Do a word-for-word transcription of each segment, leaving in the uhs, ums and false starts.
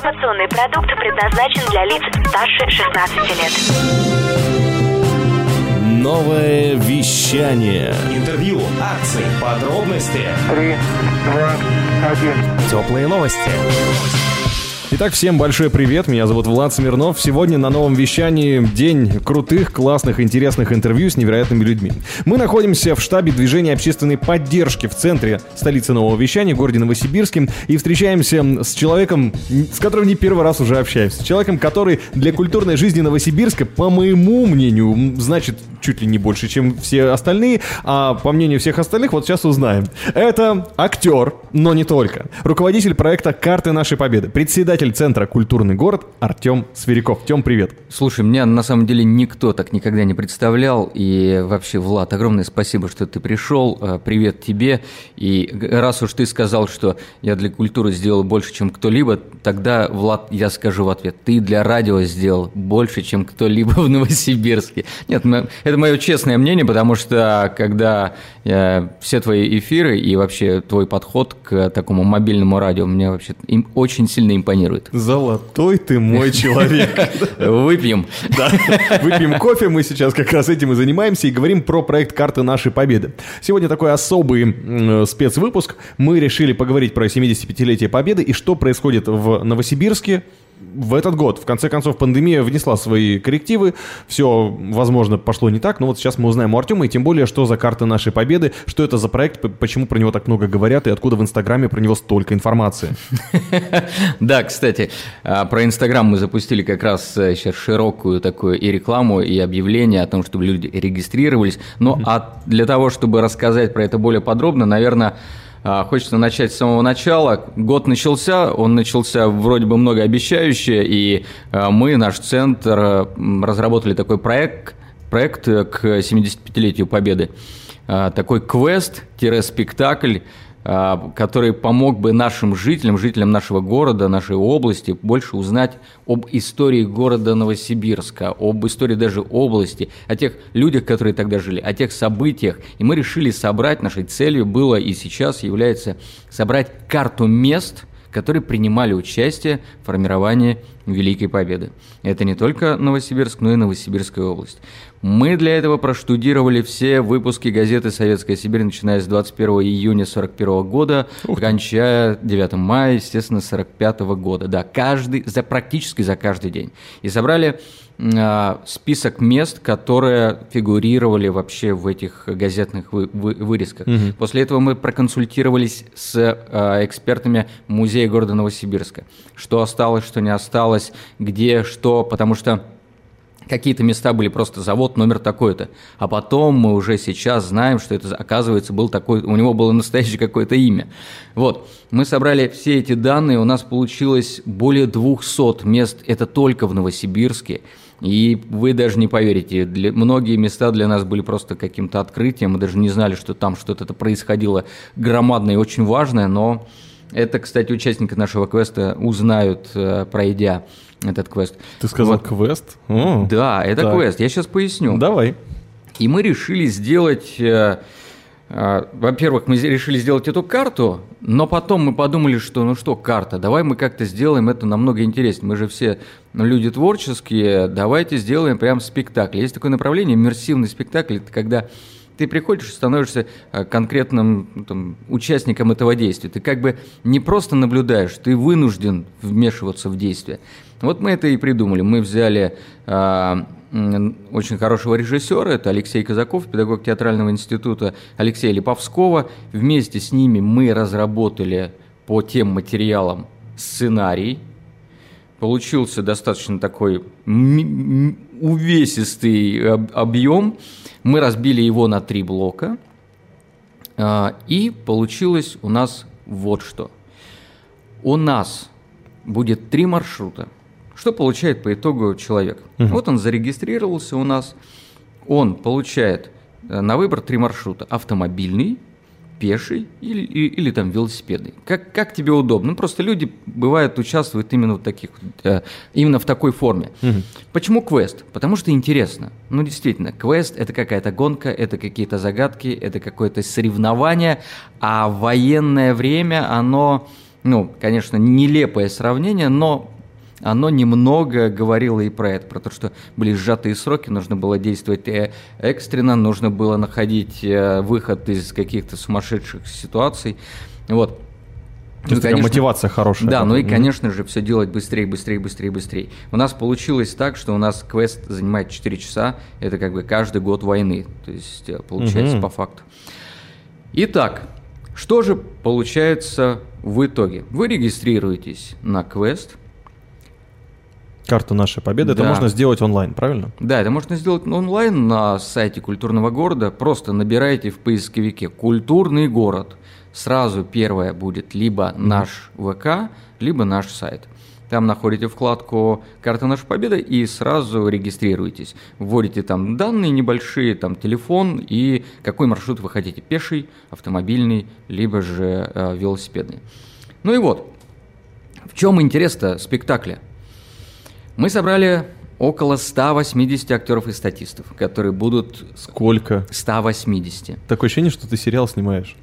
Информационный продукт предназначен для лиц старше шестнадцати лет. Новое вещание. Интервью, акции, подробности. Три, два, один. Теплые новости. Итак, всем большой привет, меня зовут Влад Смирнов. Сегодня на новом вещании день крутых, классных, интересных интервью с невероятными людьми. Мы находимся в штабе движения общественной поддержки в центре столицы нового вещания, в городе Новосибирске, и встречаемся с человеком, с которым не первый раз уже общаюсь. С человеком, который для культурной жизни Новосибирска, по моему мнению, значит чуть ли не больше, чем все остальные, а по мнению всех остальных, вот сейчас узнаем. Это актер, но не только. Руководитель проекта «Карты нашей победы», председатель Центра «Культурный город» Артем Сверяков. Тем, привет. Слушай, меня на самом деле никто так никогда не представлял. И вообще, Влад, огромное спасибо, что ты пришел. Привет тебе. И раз уж ты сказал, что я для культуры сделал больше, чем кто-либо, тогда, Влад, я скажу в ответ. Ты для радио сделал больше, чем кто-либо в Новосибирске. Нет, это мое честное мнение, потому что когда я, все твои эфиры и вообще твой подход к такому мобильному радио мне вообще им очень сильно импонирует. Золотой ты мой человек. Выпьем. Да, выпьем кофе, мы сейчас как раз этим и занимаемся, и говорим про проект «Карты нашей победы». Сегодня такой особый э, спецвыпуск. Мы решили поговорить про семидесятипятилетие Победы и что происходит в Новосибирске в этот год. В конце концов, пандемия внесла свои коррективы, все, возможно, пошло не так, но вот сейчас мы узнаем у Артема, и тем более, что за «Карты нашей победы», что это за проект, почему про него так много говорят, и откуда в Инстаграме про него столько информации. Да, кстати, про Инстаграм мы запустили как раз сейчас широкую такую и рекламу, и объявление о том, чтобы люди регистрировались, но для того, чтобы рассказать про это более подробно, наверное, хочется начать с самого начала. Год начался, он начался вроде бы многообещающе, и мы, наш центр, разработали такой проект, проект к семидесятипятилетию Победы. Такой квест-спектакль, который помог бы нашим жителям, жителям нашего города, нашей области больше узнать об истории города Новосибирска, об истории даже области, о тех людях, которые тогда жили, о тех событиях. И мы решили собрать, нашей целью было и сейчас является собрать карту мест, которые принимали участие в формировании Великой Победы. Это не только Новосибирск, но и Новосибирская область. Мы для этого проштудировали все выпуски газеты «Советская Сибирь», начиная с двадцать первого июня сорок первого года, кончая девятого мая, естественно, сорок пятого года. Да, каждый, за, практически за каждый день. И собрали э, список мест, которые фигурировали вообще в этих газетных вы, вы, вырезках. Угу. После этого мы проконсультировались с э, экспертами музея города Новосибирска. Что осталось, что не осталось, где, что, потому что какие-то места были просто завод номер такой-то, а потом мы уже сейчас знаем, что это, оказывается, был такой, у него было настоящее какое-то имя. Вот, мы собрали все эти данные, у нас получилось более двухсот мест, это только в Новосибирске, и вы даже не поверите, для, многие места для нас были просто каким-то открытием, мы даже не знали, что там что-то происходило громадное и очень важное, но это, кстати, участники нашего квеста узнают, пройдя этот квест. Ты сказал вот. Квест? О, да, это так. Квест. Я сейчас поясню. Давай. И мы решили сделать... Э, э, во-первых, мы решили сделать эту карту, но потом мы подумали, что ну что карта, давай мы как-то сделаем это намного интереснее. Мы же все люди творческие, давайте сделаем прям спектакль. Есть такое направление, иммерсивный спектакль, это когда... Ты приходишь и становишься конкретным там, участником этого действия. Ты как бы не просто наблюдаешь, ты вынужден вмешиваться в действие. Вот мы это и придумали. Мы взяли э, очень хорошего режиссера, это Алексей Казаков, педагог театрального института Алексея Липовского. Вместе с ними мы разработали по тем материалам сценарий. Получился достаточно такой увесистый объем. Мы разбили его на три блока, и получилось у нас вот что. У нас будет три маршрута. Что получает по итогу человек? Uh-huh. Вот он зарегистрировался у нас, он получает на выбор три маршрута. Автомобильный, пеший или, или, или там велосипедный. Как, как тебе удобно? Ну, просто люди, бывает, участвуют именно в, таких, э, именно в такой форме. Угу. Почему квест? Потому что интересно. Ну, действительно, квест – это какая-то гонка, это какие-то загадки, это какое-то соревнование, а военное время, оно, ну, конечно, нелепое сравнение, но оно немного говорило и про это, про то, что были сжатые сроки, нужно было действовать экстренно, нужно было находить выход из каких-то сумасшедших ситуаций. Вот. То есть ну, такая мотивация хорошая. Да, ну и, конечно же, все делать быстрее, быстрее, быстрее, быстрее. У нас получилось так, что у нас квест занимает четыре часа, это как бы каждый год войны, то есть получается угу. по факту. Итак, что же получается в итоге? Вы регистрируетесь на квест. Карту нашей победы, да. Это можно сделать онлайн, правильно? Да, это можно сделать онлайн на сайте культурного города, просто набираете в поисковике «Культурный город». Сразу первое будет либо наш ВК, либо наш сайт. Там находите вкладку «Карта нашей победы» и сразу регистрируетесь. Вводите там данные небольшие, там телефон и какой маршрут вы хотите. Пеший, автомобильный, либо же э, велосипедный. Ну и вот, в чем интерес-то спектакля? Мы собрали около ста восьмидесяти актеров и статистов, которые будут... Сколько? ста восьмидесяти. Такое ощущение, что ты сериал снимаешь.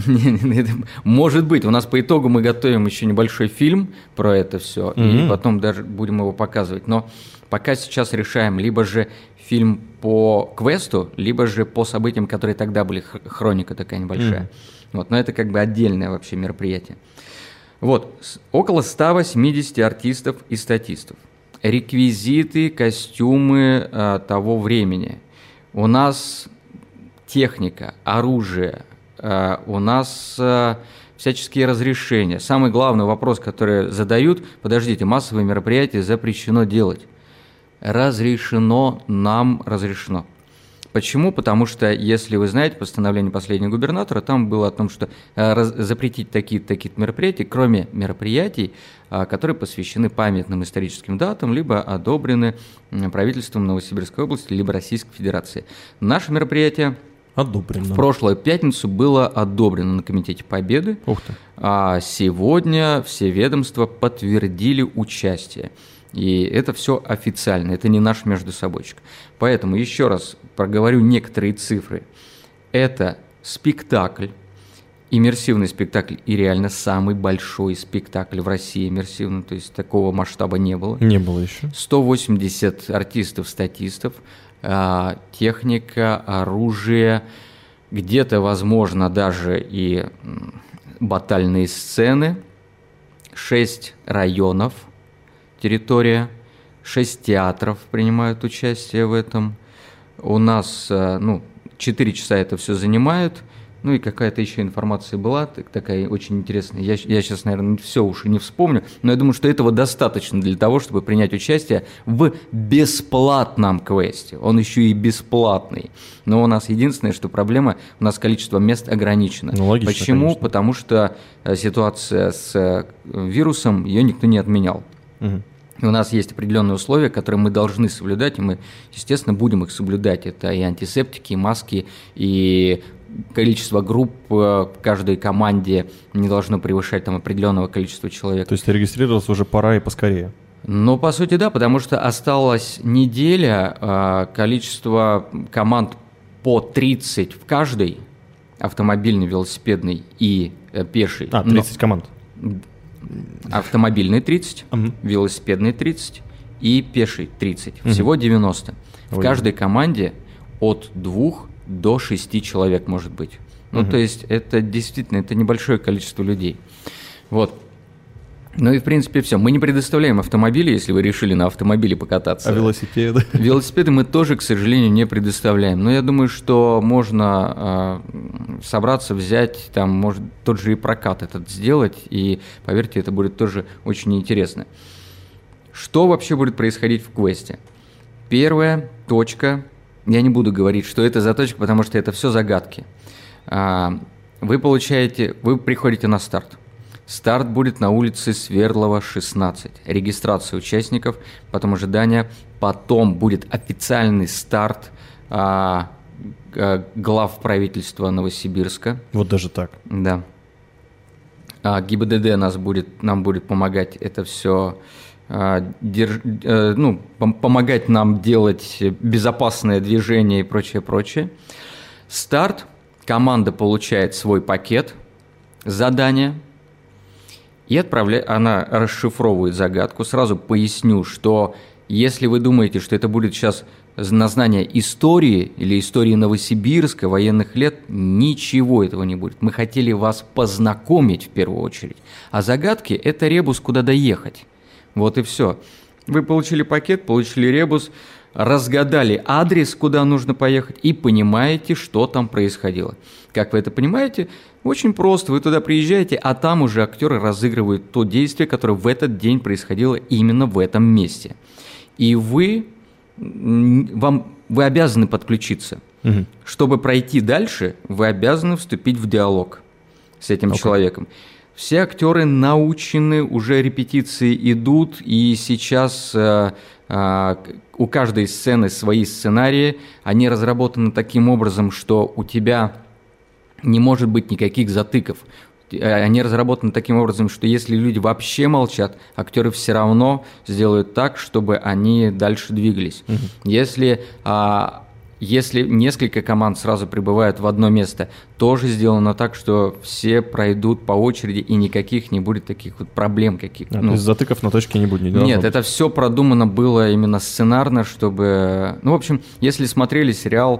Может быть. У нас по итогу мы готовим еще небольшой фильм про это все, и потом даже будем его показывать. Но пока сейчас решаем либо же фильм по квесту, либо же по событиям, которые тогда были, хроника такая небольшая. Вот, но это как бы отдельное вообще мероприятие. Вот, около ста восьмидесяти артистов и статистов. Реквизиты, костюмы э, того времени. У нас техника, оружие, э, у нас э, всяческие разрешения. Самый главный вопрос, который задают: подождите, массовые мероприятия запрещено делать. Разрешено, нам разрешено. Почему? Потому что, если вы знаете, постановление последнего губернатора, там было о том, что э, раз, запретить такие-то такие мероприятия, кроме мероприятий, э, которые посвящены памятным историческим датам, либо одобрены э, правительством Новосибирской области, либо Российской Федерации. Наше мероприятие одобрено. В прошлую пятницу было одобрено на Комитете Победы. Ух ты. А сегодня все ведомства подтвердили участие. И это все официально, это не наш междусобойчик. Поэтому еще раз проговорю некоторые цифры. Это спектакль, иммерсивный спектакль, и реально самый большой спектакль в России иммерсивный, то есть такого масштаба не было. Не было еще. сто восемьдесят артистов, статистов, техника, оружие, где-то, возможно, даже и батальные сцены, шесть районов, территория, шесть театров принимают участие в этом. У нас, ну, четыре часа это все занимает. Ну и какая-то еще информация была, такая очень интересная. Я, я сейчас, наверное, все уж и не вспомню, но я думаю, что этого достаточно для того, чтобы принять участие в бесплатном квесте. Он еще и бесплатный. Но у нас единственное, что проблема, у нас количество мест ограничено. Ну, логично, почему? Конечно. Потому что ситуация с вирусом, ее никто не отменял. Угу. И у нас есть определенные условия, которые мы должны соблюдать, и мы, естественно, будем их соблюдать. Это и антисептики, и маски, и количество групп в каждой команде не должно превышать там определенного количества человек. То есть регистрироваться уже пора и поскорее? Ну, по сути, да, потому что осталась неделя, количество команд по тридцать в каждой, автомобильный, велосипедный и пеший. А, тридцать Но... команд. Автомобильный тридцать, угу. велосипедный тридцать и пеший тридцать. Всего угу. девяносто. В Ой. каждой команде от двух до шести человек может быть. Ну, угу. то есть это действительно это небольшое количество людей. Вот. Ну и в принципе все. Мы не предоставляем автомобили, если вы решили на автомобиле покататься. А велосипеды? Велосипеды мы тоже, к сожалению, не предоставляем. Но я думаю, что можно э, собраться, взять, там, может, тот же и прокат этот сделать, и, поверьте, это будет тоже очень интересно. Что вообще будет происходить в квесте? Первая точка, я не буду говорить, что это за точка, потому что это все загадки. А, вы получаете, вы приходите на старт. Старт будет на улице Свердлова, шестнадцать. Регистрация участников, потом ожидание, потом будет официальный старт а, а, глав правительства Новосибирска. Вот даже так. Да. А, ГИБДД нас будет, нам будет помогать это все, а, держ, а, ну, пом- помогать нам делать безопасное движение и прочее, прочее. Старт. Команда получает свой пакет задания. и отправляет, она расшифровывает загадку. Сразу поясню, что если вы думаете, что это будет сейчас на знание истории или истории Новосибирска, военных лет, ничего этого не будет. Мы хотели вас познакомить в первую очередь. А загадки – это ребус, куда доехать. Вот и все. Вы получили пакет, получили ребус, разгадали адрес, куда нужно поехать, и понимаете, что там происходило. Как вы это понимаете? Очень просто. Вы туда приезжаете, а там уже актеры разыгрывают то действие, которое в этот день происходило именно в этом месте. И вы, вам, вы обязаны подключиться. Угу. Чтобы пройти дальше, вы обязаны вступить в диалог с этим okay. человеком. Все актеры научены, уже репетиции идут, и сейчас э, э, у каждой сцены свои сценарии. Они разработаны таким образом, что у тебя не может быть никаких затыков. Они разработаны таким образом, что если люди вообще молчат, актеры все равно сделают так, чтобы они дальше двигались. Uh-huh. Если, а, если несколько команд сразу прибывают в одно место, тоже сделано так, что все пройдут по очереди, и никаких не будет таких вот проблем каких-то. А, ну, то есть затыков на точке не будет? Не нет, это все продумано было именно сценарно, чтобы... Ну, в общем, если смотрели сериал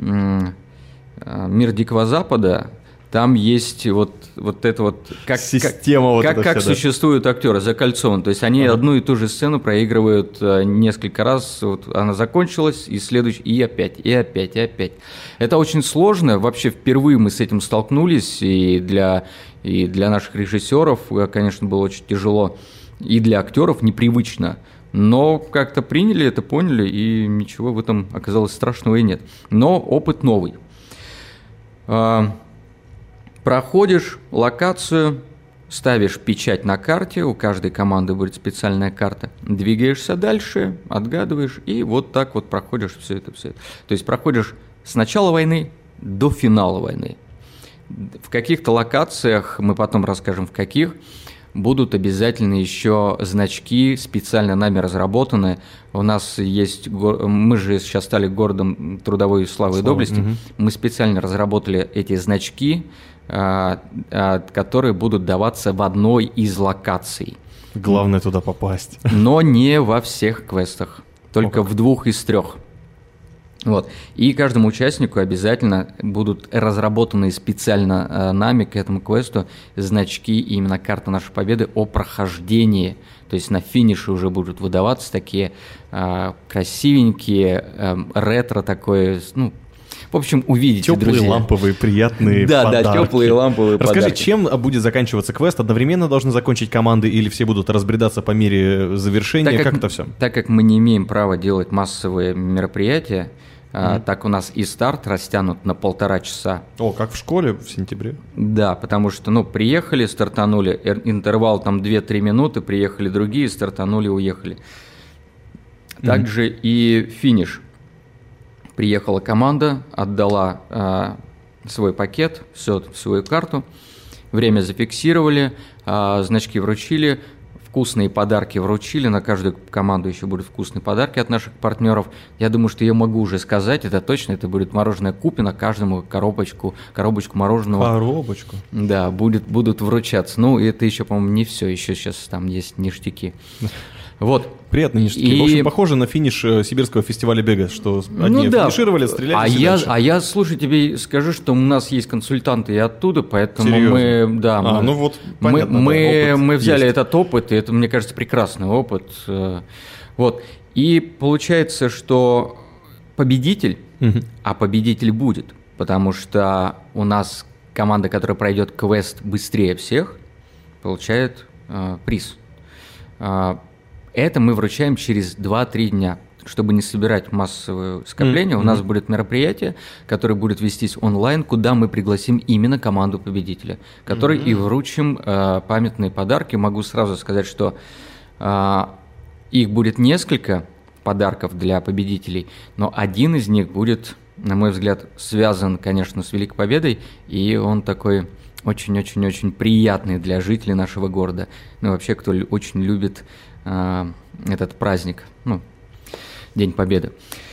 «Мир Дикого Запада», там есть вот, вот это вот... Как, система как, вот как, это как все, существуют да? актеры, закольцованы. То есть они ага. одну и ту же сцену проигрывают несколько раз. Вот она закончилась, и следующий, и опять, и опять, и опять. Это очень сложно. Вообще впервые мы с этим столкнулись, и для, и для наших режиссеров, конечно, было очень тяжело, и для актеров непривычно. Но как-то приняли это, поняли, и ничего в этом оказалось страшного и нет. Но опыт новый. Проходишь локацию, ставишь печать на карте, у каждой команды будет специальная карта, двигаешься дальше, отгадываешь, и вот так вот проходишь все это, все это. То есть проходишь с начала войны до финала войны. В каких-то локациях, мы потом расскажем в каких, будут обязательно еще значки, специально нами разработанные. У нас есть, мы же сейчас стали городом трудовой славы и доблести, угу. мы специально разработали эти значки, которые будут даваться в одной из локаций. Главное туда попасть. Но не во всех квестах, только в двух из трех. Вот. И каждому участнику обязательно будут разработаны специально нами к этому квесту значки, именно карта нашей победы о прохождении. То есть на финише уже будут выдаваться такие э, красивенькие, э, ретро такое, ну, в общем, увидите, теплые, друзья. ламповые, приятные да, подарки. Да, теплые, ламповые Расскажи, подарки. чем будет заканчиваться квест? Одновременно должны закончить команды или все будут разбредаться по мере завершения? Так как, как это все? Так как мы не имеем права делать массовые мероприятия, mm-hmm. так у нас и старт растянут на полтора часа. О, как в школе в сентябре? Да, потому что, ну, приехали, стартанули, интервал там две-три минуты, приехали другие, стартанули, уехали. Также mm-hmm. и финиш. Приехала команда, отдала э, свой пакет, все, свою карту, время зафиксировали, э, значки вручили, вкусные подарки вручили, на каждую команду еще будут вкусные подарки от наших партнеров. Я думаю, что я могу уже сказать, это точно, это будет мороженое Купино, каждому коробочку, коробочку мороженого. Коробочку? Да, будет, будут вручаться. Ну, это еще, по-моему, не все, еще сейчас там есть ништяки. Вот. Приятные ништяки. И... В общем, похоже на финиш Сибирского фестиваля бега, что одни ну, да. финишировали, стреляли, а я, а я, слушай, тебе скажу, что у нас есть консультанты и оттуда, поэтому Серьезно? мы... Да, а, мы, ну вот, понятно, мы, да, мы взяли есть. этот опыт, и это, мне кажется, прекрасный опыт. Вот. И получается, что победитель, угу. а победитель будет, потому что у нас команда, которая пройдет квест быстрее всех, получает э, приз. Это мы вручаем через два-три дня. Чтобы не собирать массовое скопление, mm-hmm. у нас будет мероприятие, которое будет вестись онлайн, куда мы пригласим именно команду победителя, которой mm-hmm. и вручим э, памятные подарки. Могу сразу сказать, что э, их будет несколько подарков для победителей, но один из них будет, на мой взгляд, связан, конечно, с Великой Победой, и он такой очень-очень-очень приятный для жителей нашего города. Ну, вообще, кто очень любит э, этот праздник, ну, День Победы.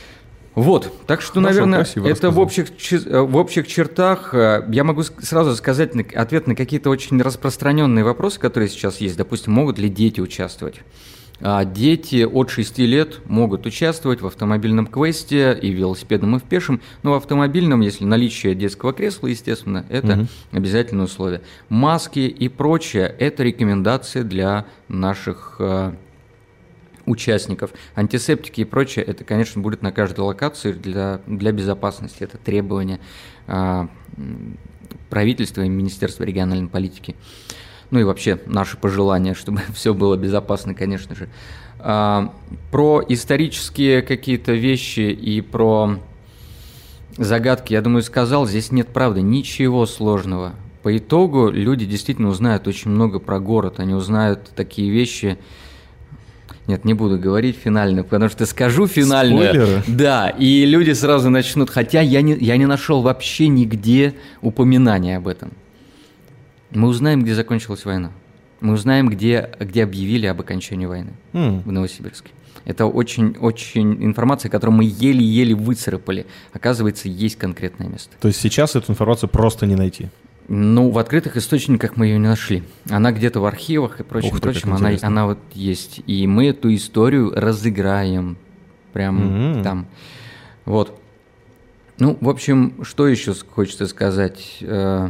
Вот, так что, Хорошо, наверное, красиво это в рассказал. общих, чи- в общих чертах. э, Я могу ск- сразу сказать на- ответ на какие-то очень распространенные вопросы, которые сейчас есть. Допустим, могут ли дети участвовать? А, Дети от шести лет могут участвовать в автомобильном квесте и в велосипедном, и в пешем. Но в автомобильном, если наличие детского кресла, естественно, это Мгм. обязательное условие. Маски и прочее – это рекомендации для наших э, участников. Антисептики и прочее, это, конечно, будет на каждой локации для, для безопасности. Это требования а, м, правительства и Министерства региональной политики. Ну и вообще наши пожелания, чтобы все было безопасно, конечно же. А, про исторические какие-то вещи и про загадки, я думаю, сказал. Здесь нет, правда, ничего сложного. По итогу люди действительно узнают очень много про город. Они узнают такие вещи. Нет, не буду говорить финально, потому что скажу финальную. Спойлеры? Да, и люди сразу начнут. Хотя я не, я не нашел вообще нигде упоминания об этом. Мы узнаем, где закончилась война. Мы узнаем, где, где объявили об окончании войны М. в Новосибирске. Это очень-очень информация, которую мы еле-еле выцарапали. Оказывается, есть конкретное место. То есть сейчас эту информацию просто не найти. Ну, в открытых источниках мы ее не нашли. Она где-то в архивах и прочем, Ух ты, как прочем. Она, интересно. она вот есть. И мы эту историю разыграем прям М. там. Вот. Ну, в общем, что еще хочется сказать? Э,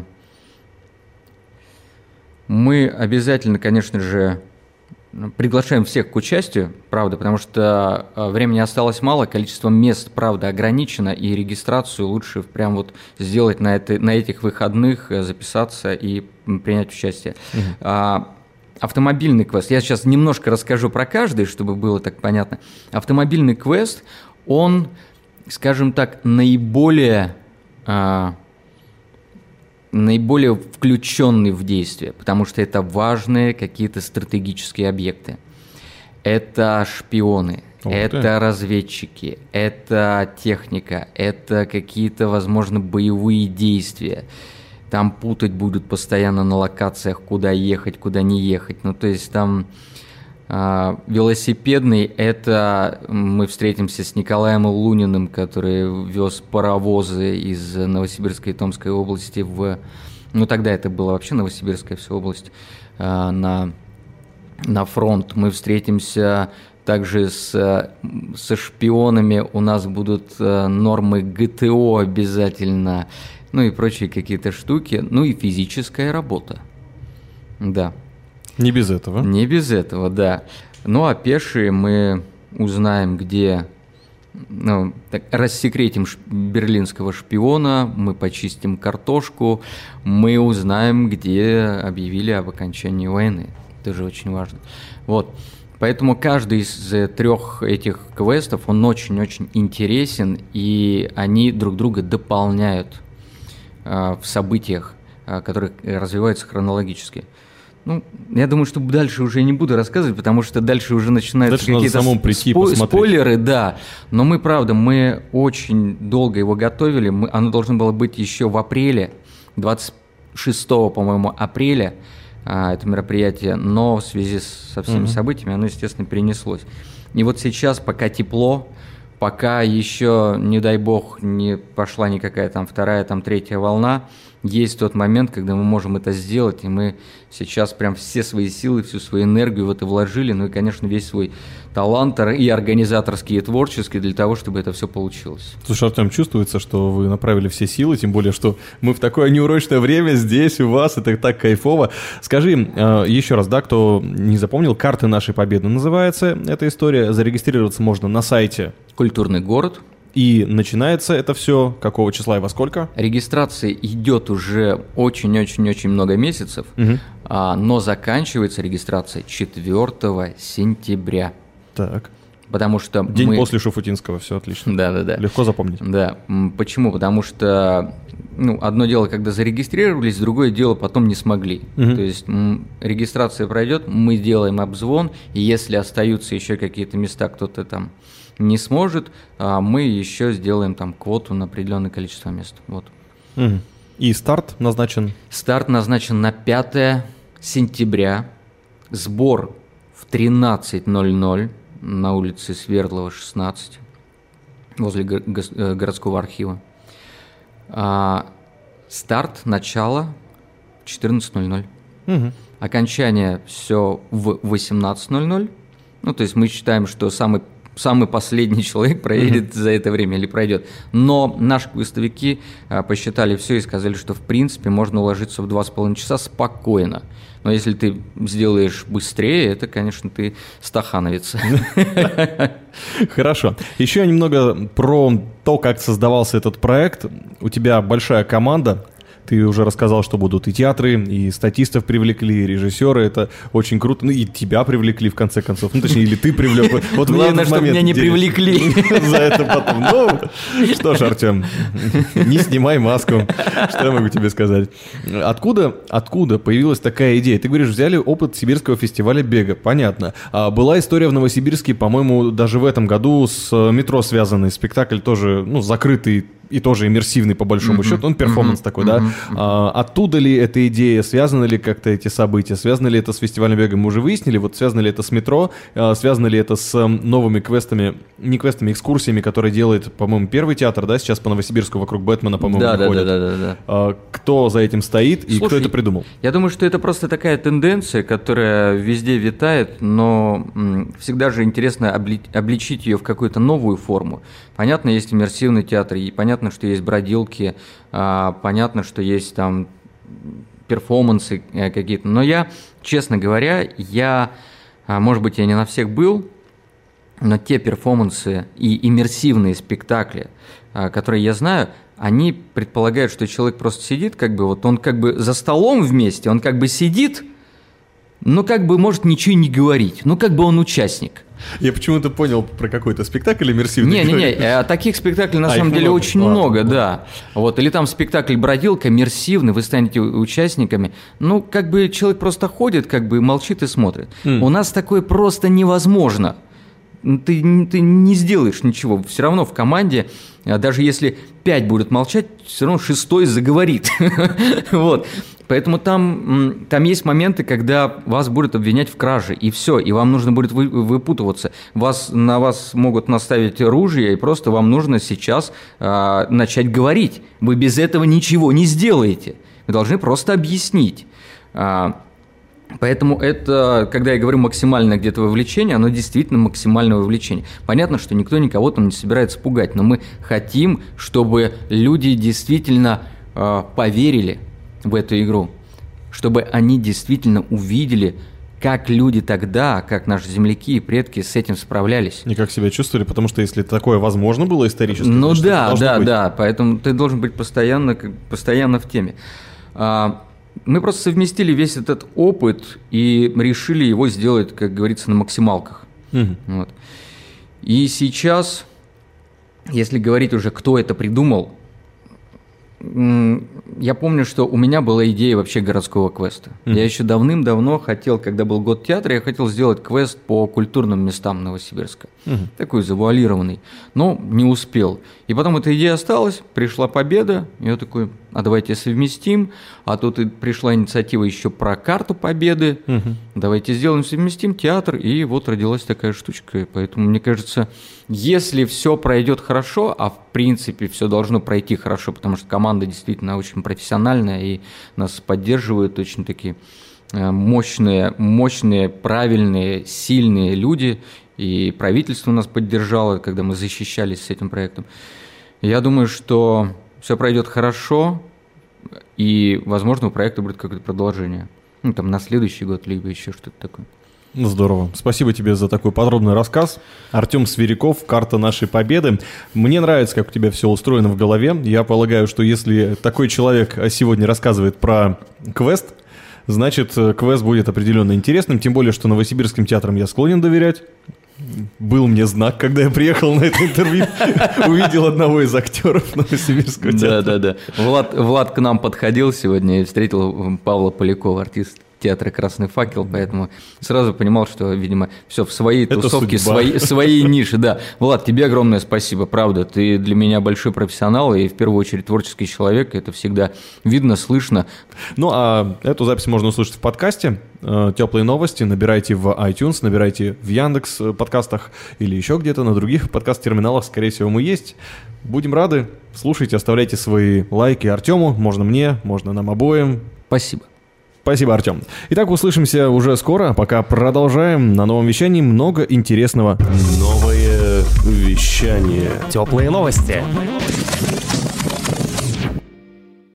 Мы обязательно, конечно же, приглашаем всех к участию, правда, потому что э, времени осталось мало, количество мест, правда, ограничено, и регистрацию лучше прям вот сделать на, это, на этих выходных, э, записаться и м, принять участие. А, автомобильный квест, я сейчас немножко расскажу про каждый, чтобы было так понятно. Автомобильный квест, он, скажем так, наиболее... а, наиболее включенный в действие, потому что это важные какие-то стратегические объекты. Это шпионы, Ух это ты. разведчики, это техника, это какие-то, возможно, боевые действия. Там путать будут постоянно на локациях, куда ехать, куда не ехать. Ну, то есть там а, велосипедный, это мы встретимся с Николаем Луниным, который вез паровозы из Новосибирской и Томской области в... Ну, тогда это была вообще Новосибирская вся область, а, на, на фронт. Мы встретимся также с, со шпионами, у нас будут а, нормы ГТО обязательно, ну и прочие какие-то штуки, ну и физическая работа. Да. Не без этого. Не без этого, да. Ну, а пешие мы узнаем, где... Ну, так, рассекретим ш- берлинского шпиона, мы почистим картошку, мы узнаем, где объявили об окончании войны. Это же очень важно. Вот. Поэтому каждый из э, трех этих квестов, он очень-очень интересен, и они друг друга дополняют э, в событиях, э, которые развиваются хронологически. Ну, я думаю, что дальше уже не буду рассказывать, потому что дальше уже начинаются Дальше надо какие-то самому прийти и спо- посмотреть. спойлеры, да. Но мы, правда, мы очень долго его готовили. Мы, оно должно было быть еще в апреле, двадцать шестого, по-моему, апреля, а, это мероприятие, но в связи с- со всеми Мгм. событиями оно, естественно, перенеслось. И вот сейчас, пока тепло, пока еще, не дай бог, не пошла никакая там вторая, там третья волна, есть тот момент, когда мы можем это сделать, и мы сейчас прям все свои силы, всю свою энергию в это вложили, ну и, конечно, весь свой талант и организаторский, и творческий для того, чтобы это все получилось. Слушай, Артем, чувствуется, что вы направили все силы, тем более, что мы в такое неурочное время здесь у вас, это так кайфово. Скажи э, еще раз, да, кто не запомнил, «Карты нашей победы» называется эта история. Зарегистрироваться можно на сайте. Культурный город. И начинается это все какого числа и во сколько? Регистрация идет уже очень-очень-очень много месяцев, Мгм. а, но заканчивается регистрация четвёртого сентября. Так. Потому что День мы... после Шуфутинского, все отлично. Да-да-да. Легко запомнить. Да. М, Почему? Потому что ну, одно дело, когда зарегистрировались, другое дело потом не смогли. Мгм. То есть м, регистрация пройдет, мы сделаем обзвон, и если остаются еще какие-то места, кто-то там не сможет, а, мы еще сделаем там квоту на определенное количество мест. Вот. Мгм. И старт назначен. Старт назначен на пятое сентября. Сбор в тринадцать ноль ноль на улице Свердлова, шестнадцать. возле го- гос- э, городского архива. А, старт, начало четырнадцать ноль ноль. Мгм. Окончание все в восемнадцать ноль ноль. Ну, то есть мы считаем, что самый, самый последний человек проедет mm-hmm. за это время или пройдет. Но наши квестовики а, посчитали все и сказали, что в принципе можно уложиться в два с половиной часа спокойно. Но если ты сделаешь быстрее, это, конечно, ты стахановец. Хорошо. Еще немного про то, как создавался этот проект. У тебя большая команда. Ты уже рассказал, что будут и театры, и статистов привлекли, и режиссеры. Это очень круто. Ну, и тебя привлекли, в конце концов. Ну, точнее, или ты привлек. Вот главное, чтобы меня не привлекли. За это потом. Ну, что ж, Артем, не снимай маску. Что я могу тебе сказать? Откуда, откуда появилась такая идея? Ты говоришь, взяли опыт Сибирского фестиваля бега. Понятно. А была история в Новосибирске, по-моему, даже в этом году с метро связанный. Спектакль тоже, ну, закрытый и тоже иммерсивный, по большому mm-hmm. счету. Он перформанс mm-hmm. такой, да? Mm-hmm. А, оттуда ли эта идея? Связаны ли как-то эти события? Связано ли это с фестивалем бега? Мы уже выяснили. Вот связано ли это с метро? А, связано ли это с новыми квестами, не квестами, экскурсиями, которые делает, по-моему, Первый театр, да? Сейчас по Новосибирску вокруг Бэтмена, по-моему, да, да, ходят. Да, да, да, да. А, кто за этим стоит и Слушай, кто это придумал? Я думаю, что это просто такая тенденция, которая везде витает, но м, всегда же интересно обли- обличить ее в какую-то новую форму. Понятно, есть иммерсивный театр, и понятно, что есть бродилки, а, понятно, что есть там перформансы а, какие-то. Но я, честно говоря, я, а, может быть, я не на всех был, но те перформансы и иммерсивные спектакли, а, которые я знаю, они предполагают, что человек просто сидит, как бы вот он как бы за столом вместе, он как бы сидит, но как бы может ничего не говорить, ну как бы он участник. Я почему-то понял про какой-то спектакль иммерсивный. Не-не-не, таких спектаклей на а самом деле много. очень Ладно, много, ладно. да. Вот, или там спектакль «Бродилка», иммерсивный, вы станете участниками. Ну, как бы человек просто ходит, как бы молчит и смотрит. Mm. У нас такое просто невозможно. Ты, ты не сделаешь ничего. Все равно в команде, даже если пять будут молчать, все равно шестой заговорит. Вот. Поэтому там, там есть моменты, когда вас будут обвинять в краже, и все, и вам нужно будет вы, выпутываться. Вас, на вас могут наставить ружья, и просто вам нужно сейчас а, начать говорить. Вы без этого ничего не сделаете. Вы должны просто объяснить. А, Поэтому это, когда я говорю максимальное где-то вовлечение, оно действительно максимальное вовлечение. Понятно, что никто никого там не собирается пугать, но мы хотим, чтобы люди действительно э, поверили в эту игру, чтобы они действительно увидели, как люди тогда, как наши земляки и предки с этим справлялись. И как себя чувствовали, потому что если такое возможно было исторически, ну то да, да, быть. да, поэтому ты должен быть постоянно, постоянно в теме. Мы просто совместили весь этот опыт и решили его сделать, как говорится, на максималках. Угу. Вот. И сейчас, если говорить уже, кто это придумал, я помню, что у меня была идея вообще городского квеста. Mm-hmm. Я еще давным-давно хотел, когда был год театра, я хотел сделать квест по культурным местам Новосибирска. Mm-hmm. Такой завуалированный, но не успел. И потом эта идея осталась, пришла Победа, и я такой, а давайте совместим. А тут и пришла инициатива еще про карту Победы. Mm-hmm. Давайте сделаем, совместим театр, и вот родилась такая штучка. Поэтому, мне кажется, если все пройдет хорошо, а в принципе все должно пройти хорошо, потому что команда действительно очень профессиональная, и нас поддерживают очень такие мощные, мощные, правильные, сильные люди, и правительство нас поддержало, когда мы защищались с этим проектом. Я думаю, что все пройдет хорошо, и, возможно, у проекта будет какое-то продолжение. Ну, там, на следующий год, либо еще что-то такое. Здорово. Спасибо тебе за такой подробный рассказ. Артем Свиряков, «Карта нашей победы». Мне нравится, как у тебя все устроено в голове. Я полагаю, что если такой человек сегодня рассказывает про квест, значит, квест будет определенно интересным, тем более, что Новосибирским театрам я склонен доверять. Был мне знак, когда я приехал на это интервью, увидел одного из актеров Новосибирского театра. Да-да-да. Влад, Влад к нам подходил сегодня и встретил Павла Полякова, артиста. театра «Красный факел», поэтому сразу понимал, что, видимо, все в своей Это тусовке, судьба. свои, своей ниши. Да. Влад, тебе огромное спасибо, правда. Ты для меня большой профессионал и, в первую очередь, творческий человек. Это всегда видно, слышно. Ну, а эту запись можно услышать в подкасте «Теплые новости». Набирайте в iTunes, набирайте в Яндекс подкастах или еще где-то на других подкаст-терминалах. Скорее всего, мы есть. Будем рады. Слушайте, оставляйте свои лайки Артему. Можно мне, можно нам обоим. Спасибо. Спасибо, Артем. Итак, услышимся уже скоро. Пока продолжаем. На новом вещании много интересного. Новое вещание. Теплые новости.